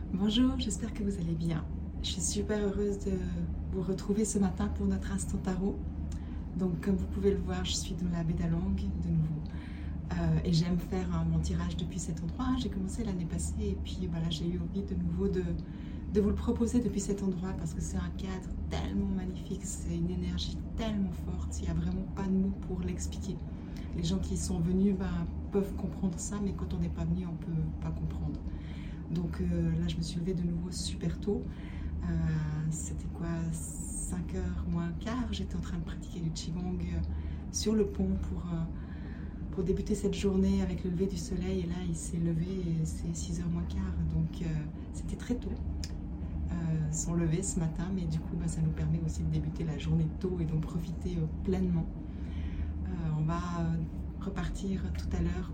Bonjour, j'espère que vous allez bien. Je suis super heureuse de vous retrouver ce matin pour notre instant tarot. Donc comme vous pouvez le voir, je suis dans la baie d'Along de nouveau. Et j'aime faire mon tirage depuis cet endroit. J'ai commencé l'année passée et puis voilà, j'ai eu envie de nouveau de vous le proposer depuis cet endroit parce que c'est un cadre tellement magnifique, c'est une énergie tellement forte, il n'y a vraiment pas de mots pour l'expliquer. Les gens qui sont venus peuvent comprendre ça, mais quand on n'est pas venu, on ne peut pas comprendre. Donc là, je me suis levée de nouveau super tôt. C'était quoi, 5h moins quart. J'étais en train de pratiquer du Qigong sur le pont pour débuter cette journée avec le lever du soleil. Et là, il s'est levé et c'est 6h moins quart. Donc c'était très tôt, son lever ce matin. Mais du coup, ça nous permet aussi de débuter la journée tôt et d'en profiter pleinement. On va repartir tout à l'heure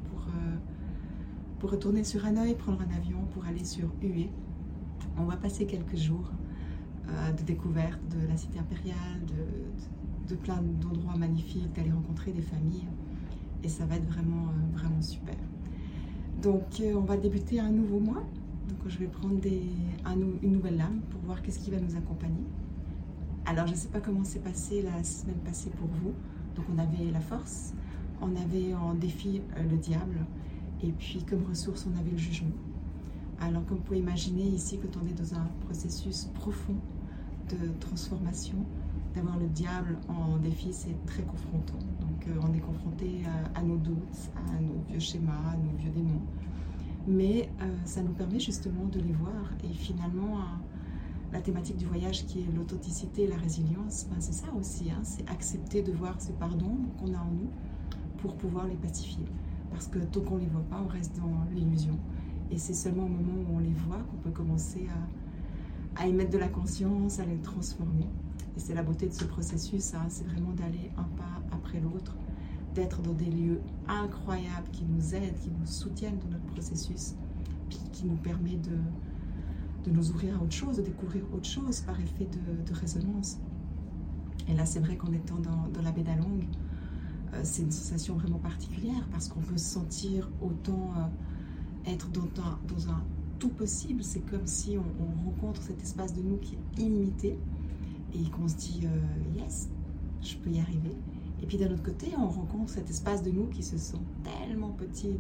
pour retourner sur Hanoï, prendre un avion pour aller sur Hue. On va passer quelques jours de découverte de la cité impériale, de plein d'endroits magnifiques, d'aller rencontrer des familles. Et ça va être vraiment, vraiment super. Donc on va débuter un nouveau mois. Donc je vais prendre une nouvelle lame pour voir qu'est-ce qui va nous accompagner. Alors je ne sais pas comment s'est passé la semaine passée pour vous. Donc on avait la force, on avait en défi le diable. Et puis, comme ressource, on avait le jugement. Alors, comme vous pouvez imaginer ici, quand on est dans un processus profond de transformation, d'avoir le diable en défi, c'est très confrontant. Donc, on est confronté à nos doutes, à nos vieux schémas, à nos vieux démons. Mais ça nous permet justement de les voir. Et finalement, la thématique du voyage qui est l'authenticité et la résilience, c'est ça aussi. C'est accepter de voir ces pardons qu'on a en nous pour pouvoir les pacifier. Parce que tant qu'on ne les voit pas, on reste dans l'illusion. Et c'est seulement au moment où on les voit qu'on peut commencer à y mettre de la conscience, à les transformer. Et c'est la beauté de ce processus, c'est vraiment d'aller un pas après l'autre, d'être dans des lieux incroyables qui nous aident, qui nous soutiennent dans notre processus, puis qui nous permet de nous ouvrir à autre chose, de découvrir autre chose par effet de résonance. Et là, c'est vrai qu'en étant dans la baie d'Along, c'est une sensation vraiment particulière parce qu'on peut se sentir autant être dans un tout possible. C'est comme si on rencontre cet espace de nous qui est illimité et qu'on se dit yes, je peux y arriver. Et puis d'un autre côté, on rencontre cet espace de nous qui se sent tellement petit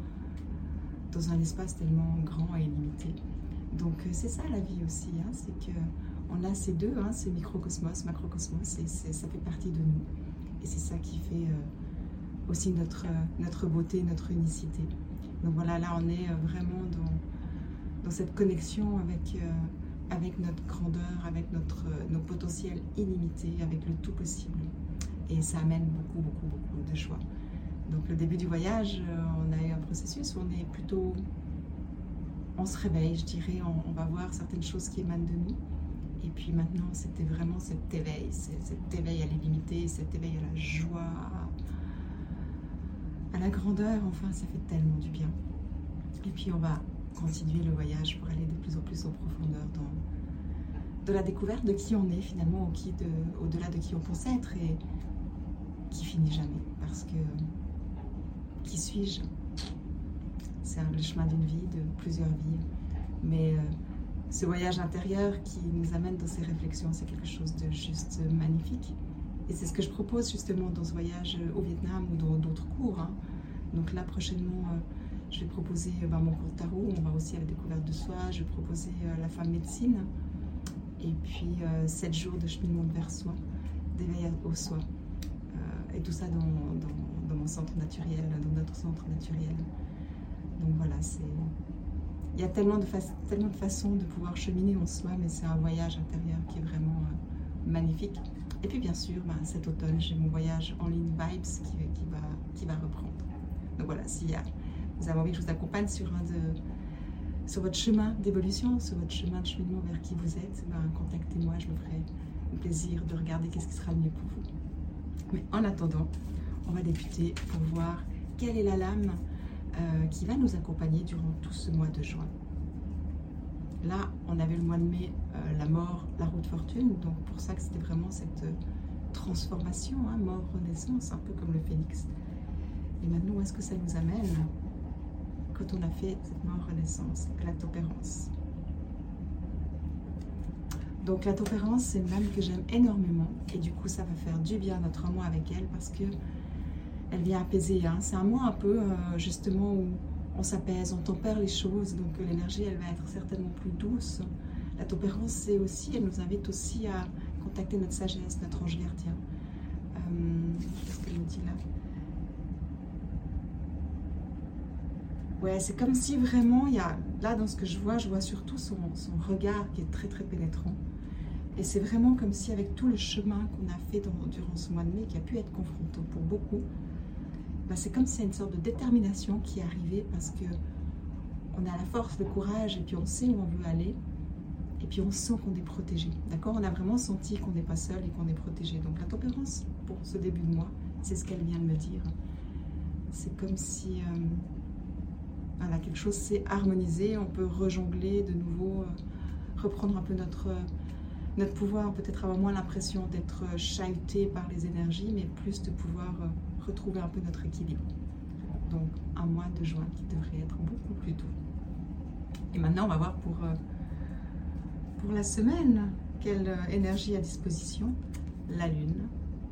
dans un espace tellement grand et illimité. Donc c'est ça la vie aussi, c'est qu'on a ces deux, ces microcosmos, macrocosmos, et ça fait partie de nous. Et c'est ça qui fait aussi notre beauté, notre unicité. Donc voilà, là on est vraiment dans cette connexion avec notre grandeur, avec nos potentiels illimités, avec le tout possible. Et ça amène beaucoup, beaucoup, beaucoup de joie. Donc le début du voyage, on a eu un processus où on se réveille, je dirais, on va voir certaines choses qui émanent de nous. Et puis maintenant, c'était vraiment cet éveil à l'illimité, cet éveil à la joie, à la grandeur. Enfin, ça fait tellement du bien. Et puis, on va continuer le voyage pour aller de plus en plus en profondeur dans la découverte de qui on est finalement, au-delà de qui on pense être et qui finit jamais. Parce que, qui suis-je? C'est le chemin d'une vie, de plusieurs vies. Mais ce voyage intérieur qui nous amène dans ces réflexions, c'est quelque chose de juste magnifique. Et c'est ce que je propose justement dans ce voyage au Vietnam ou dans d'autres cours. Donc là, prochainement, je vais proposer mon cours de tarot. On va aussi à la découverte de soi. Je vais proposer la femme médecine. Et puis 7 jours de cheminement vers soi, d'éveil au soi. Et tout ça dans mon centre naturel, dans notre centre naturel. Donc voilà, il y a tellement de façons de pouvoir cheminer en soi, mais c'est un voyage intérieur qui est vraiment magnifique. Et puis bien sûr, cet automne, j'ai mon voyage en ligne Vibes qui va reprendre. Donc voilà, si vous avez envie que je vous accompagne sur votre chemin d'évolution, sur votre chemin de cheminement vers qui vous êtes, contactez-moi, je me ferai plaisir de regarder qu'est-ce qui sera le mieux pour vous. Mais en attendant, on va débuter pour voir quelle est la lame qui va nous accompagner durant tout ce mois de juin. Là, on avait le mois de mai, la mort, la roue de fortune, donc pour ça que c'était vraiment cette transformation, mort, renaissance, un peu comme le phénix. Et maintenant, où est-ce que ça nous amène quand on a fait cette mort, renaissance, lactopérance? Donc la tempérance, c'est une âme que j'aime énormément. Et du coup, ça va faire du bien notre mois avec elle parce que elle vient apaiser. Hein. C'est un mois un peu, justement, où on s'apaise, on tempère les choses. Donc l'énergie, elle va être certainement plus douce. La tempérance, c'est aussi, elle nous invite aussi à contacter notre sagesse, notre ange gardien. Qu'est-ce qu'elle nous dit là? Ouais, c'est comme si vraiment, il y a, là dans ce que je vois surtout son regard qui est très très pénétrant. Et c'est vraiment comme si avec tout le chemin qu'on a fait durant ce mois de mai, qui a pu être confrontant pour beaucoup, bah c'est comme s'il y a une sorte de détermination qui est arrivée parce que on a la force, le courage et puis on sait où on veut aller. Et puis on sent qu'on est protégé, d'accord? On a vraiment senti qu'on n'est pas seul et qu'on est protégé. Donc la tempérance, pour ce début de mois, c'est ce qu'elle vient de me dire. C'est comme si voilà, quelque chose s'est harmonisé, on peut rejongler de nouveau, reprendre un peu notre pouvoir, peut-être avoir moins l'impression d'être chahuté par les énergies, mais plus de pouvoir retrouver un peu notre équilibre. Donc un mois de juin qui devrait être beaucoup plus doux. Et maintenant, on va voir pour la semaine, quelle énergie à disposition? La Lune.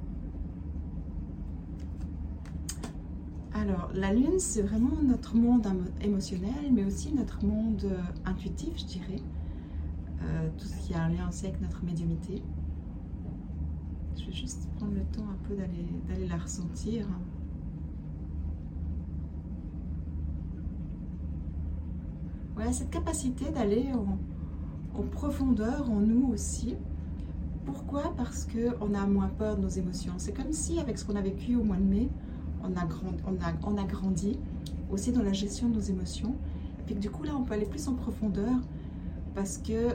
Alors, la Lune, c'est vraiment notre monde émotionnel, mais aussi notre monde intuitif, je dirais. Tout ce qui a un lien aussi avec notre médiumnité. Je vais juste prendre le temps un peu d'aller la ressentir. Voilà, cette capacité d'aller en profondeur en nous aussi. Pourquoi? Parce qu'on a moins peur de nos émotions. C'est comme si, avec ce qu'on a vécu au mois de mai, on a grandi aussi dans la gestion de nos émotions. Et puis que du coup, là, on peut aller plus en profondeur parce que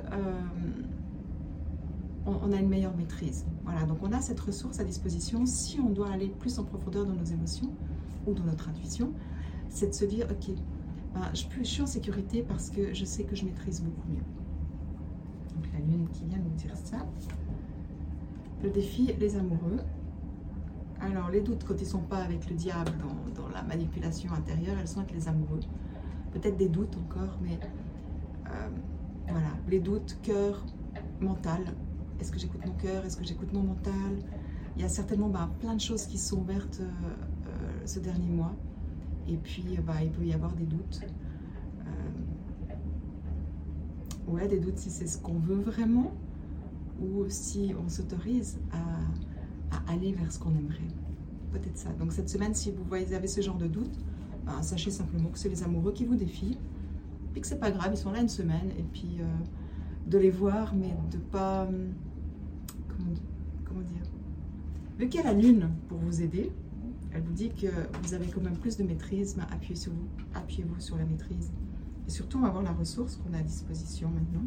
on a une meilleure maîtrise. Voilà, donc on a cette ressource à disposition. Si on doit aller plus en profondeur dans nos émotions ou dans notre intuition, c'est de se dire, ok, ben, je suis en sécurité parce que je sais que je maîtrise beaucoup mieux. Donc la Lune qui vient nous dire ça. Le défi, les amoureux. Alors les doutes, quand ils ne sont pas avec le diable dans la manipulation intérieure, elles sont avec les amoureux. Peut-être des doutes encore, mais voilà, les doutes, cœur, mental. Est-ce que j'écoute mon cœur? Est-ce que j'écoute mon mental? Il y a certainement plein de choses qui sont ouvertes ce dernier mois. Et puis, il peut y avoir des doutes. Ouais, des doutes si c'est ce qu'on veut vraiment ou si on s'autorise à aller vers ce qu'on aimerait. Peut-être ça. Donc cette semaine, si vous avez ce genre de doute, sachez simplement que c'est les amoureux qui vous défient. Puis que c'est pas grave, ils sont là une semaine. Et puis de les voir, mais de pas... comment dire? Vu qu'il y a la Lune pour vous aider, elle vous dit que vous avez quand même plus de maîtrise, appuyez-vous sur la maîtrise. Et surtout, on va voir la ressource qu'on a à disposition maintenant.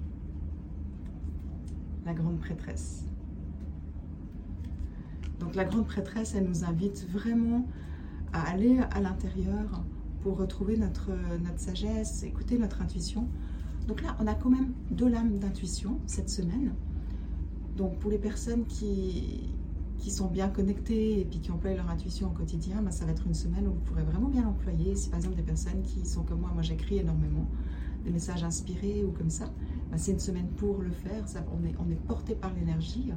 La grande prêtresse. Donc la grande prêtresse, elle nous invite vraiment à aller à l'intérieur pour retrouver notre sagesse, écouter notre intuition. Donc là, on a quand même 2 lames d'intuition cette semaine. Donc pour les personnes qui sont bien connectées et puis qui emploient leur intuition au quotidien, ça va être une semaine où vous pourrez vraiment bien l'employer. Si par exemple des personnes qui sont comme moi j'écris énormément, des messages inspirés ou comme ça, c'est une semaine pour le faire. Ça, on est porté par l'énergie.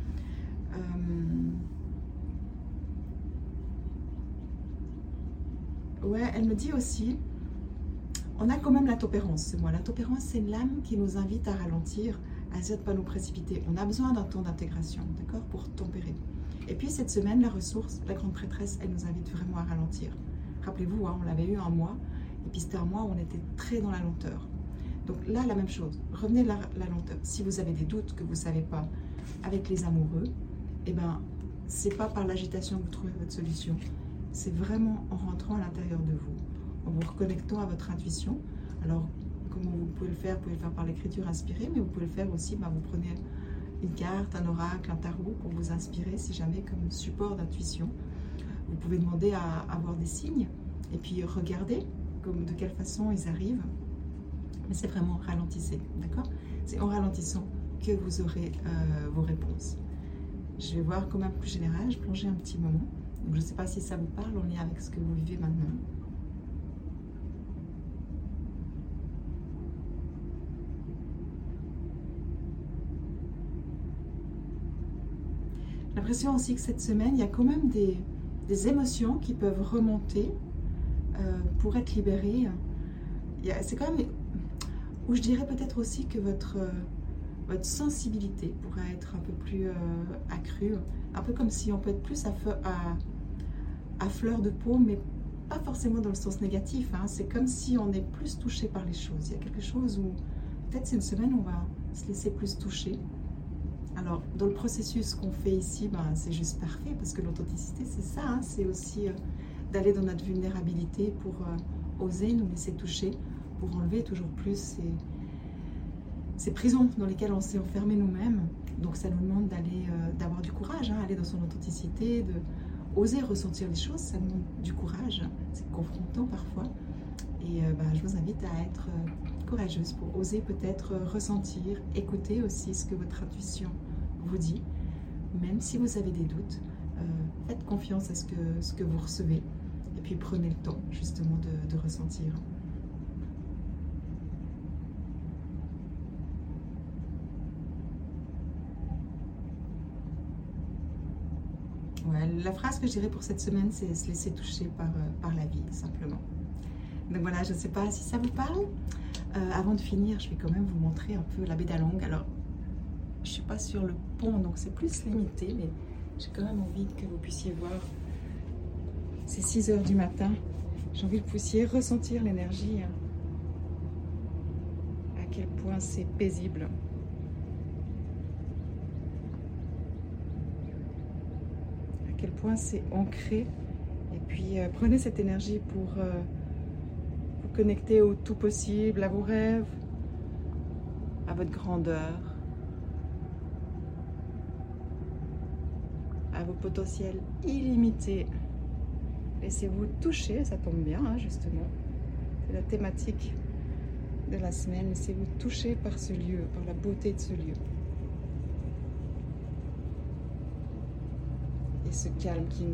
Ouais, elle me dit aussi, on a quand même la tempérance, c'est moi. La tempérance, c'est l'âme qui nous invite à ralentir, à essayer de ne pas nous précipiter. On a besoin d'un temps d'intégration, d'accord, pour tempérer. Et puis cette semaine, la ressource, la grande prêtresse, elle nous invite vraiment à ralentir. Rappelez-vous, on l'avait eu un mois, et puis c'était un mois où on était très dans la lenteur. Donc là, la même chose, revenez à la lenteur. Si vous avez des doutes que vous ne savez pas avec les amoureux, c'est pas par l'agitation que vous trouvez votre solution. C'est vraiment en rentrant à l'intérieur de vous, en vous reconnectant à votre intuition. Alors, comment vous pouvez le faire? Vous pouvez le faire par l'écriture inspirée, mais vous pouvez le faire aussi, vous prenez une carte, un oracle, un tarot pour vous inspirer, si jamais, comme support d'intuition. Vous pouvez demander à avoir des signes, et puis regarder de quelle façon ils arrivent. Mais c'est vraiment ralentissez, d'accord? C'est en ralentissant que vous aurez vos réponses. Je vais voir quand même plus général, je plongeais un petit moment. Donc, je ne sais pas si ça vous parle en lien avec ce que vous vivez maintenant. l'impression aussi que cette semaine, il y a quand même des émotions qui peuvent remonter pour être libérées. C'est quand même où je dirais peut-être aussi que votre sensibilité pourrait être un peu plus accrue, un peu comme si on peut être plus à fleur de peau, mais pas forcément dans le sens négatif, hein. C'est comme si on est plus touché par les choses. Il y a quelque chose où peut-être c'est une semaine où on va se laisser plus toucher. Alors, dans le processus qu'on fait ici, c'est juste parfait, parce que l'authenticité, c'est ça, hein, c'est aussi d'aller dans notre vulnérabilité pour oser nous laisser toucher, pour enlever toujours plus ces prisons dans lesquelles on s'est enfermé nous-mêmes. Donc, ça nous demande d'avoir du courage, hein, aller dans son authenticité, de oser ressentir les choses, ça demande du courage, c'est confrontant parfois. Et je vous invite à être courageuse pour oser peut-être ressentir, écouter aussi ce que votre intuition vous dit. Même si vous avez des doutes, faites confiance à ce que vous recevez. Et puis prenez le temps justement de ressentir. Ouais, la phrase que je dirais pour cette semaine, c'est se laisser toucher par la vie, simplement. Donc voilà, je ne sais pas si ça vous parle. Avant de finir, je vais quand même vous montrer un peu la baie d'Along. Alors, je ne suis pas sur le pont, donc c'est plus limité, mais j'ai quand même envie que vous puissiez voir. C'est 6 h du matin. J'ai envie que vous puissiez ressentir l'énergie. À quel point c'est paisible. À quel point c'est ancré. Et puis, prenez cette énergie pour vous connecter au tout possible, à vos rêves, à votre grandeur, à vos potentiels illimités. Laissez-vous toucher, ça tombe bien, hein, justement. C'est la thématique de la semaine. Laissez-vous toucher par ce lieu, par la beauté de ce lieu. Et ce calme qui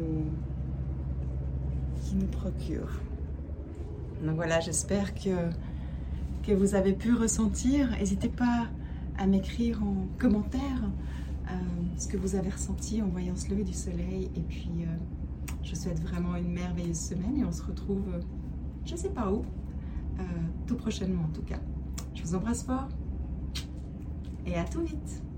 nous procure. Donc voilà, j'espère que vous avez pu ressentir. N'hésitez pas à m'écrire en commentaire ce que vous avez ressenti en voyant ce lever du soleil. Et puis, je vous souhaite vraiment une merveilleuse semaine et on se retrouve, je ne sais pas où, tout prochainement en tout cas. Je vous embrasse fort et à tout vite.